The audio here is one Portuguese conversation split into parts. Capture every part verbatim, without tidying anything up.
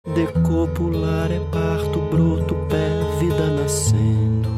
Decopular é parto, broto, pé, vida nascendo.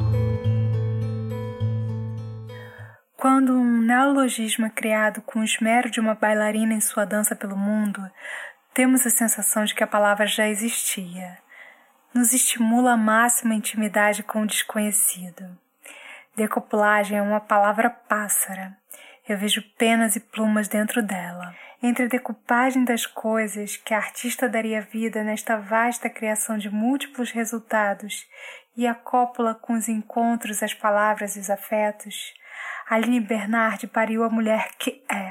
Quando um neologismo é criado com o esmero de uma bailarina em sua dança pelo mundo, temos a sensação de que a palavra já existia. Nos estimula a máxima intimidade com o desconhecido. Decopulagem é uma palavra pássara. Eu vejo penas e plumas dentro dela. Entre a decupagem das coisas que a artista daria vida nesta vasta criação de múltiplos resultados e a cópula com os encontros, as palavras e os afetos, Aline Bernardi pariu a mulher que é.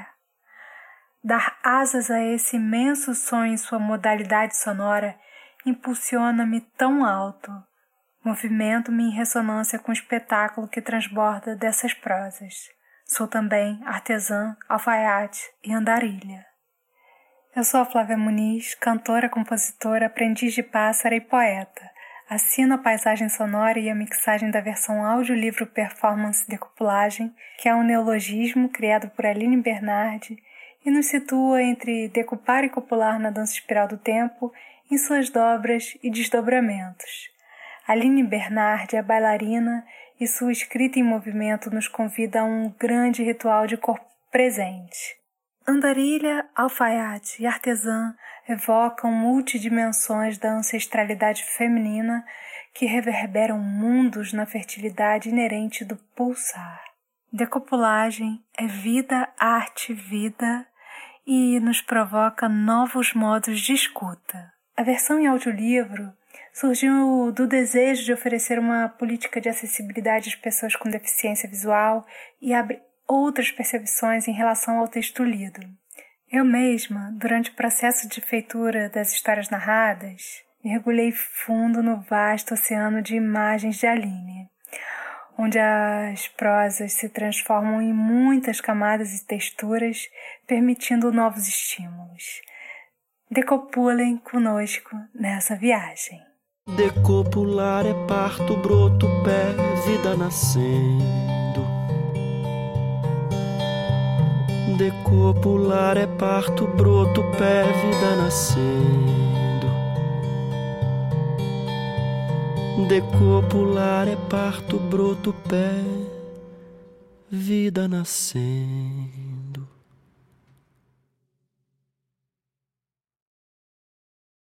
Dar asas a esse imenso sonho em sua modalidade sonora impulsiona-me tão alto. Movimento-me em ressonância com o espetáculo que transborda dessas prosas. Sou também artesã, alfaiate e andarilha. Eu sou a Flávia Muniz, cantora, compositora, aprendiz de pássara e poeta. Assino a paisagem sonora e a mixagem da versão audiolivro performance Decopulagem, que é um neologismo criado por Aline Bernardi e nos situa entre decupar e copular na dança espiral do tempo em suas dobras e desdobramentos. Aline Bernardi é bailarina e sua escrita em movimento nos convida a um grande ritual de corpo presente. Andarilha, alfaiate e artesã evocam multidimensões da ancestralidade feminina que reverberam mundos na fertilidade inerente do pulsar. Decopulagem é vida, arte, vida e nos provoca novos modos de escuta. A versão em audiolivro surgiu do desejo de oferecer uma política de acessibilidade às pessoas com deficiência visual e abre outras percepções em relação ao texto lido. Eu mesma, durante o processo de feitura das histórias narradas, mergulhei fundo no vasto oceano de imagens de Aline, onde as prosas se transformam em muitas camadas e texturas, permitindo novos estímulos. Decopulem conosco nessa viagem. Decopular é parto, broto, pé, vida nascendo. Decopular é parto, broto, pé, vida nascendo. Decopular é parto, broto, pé, vida nascendo.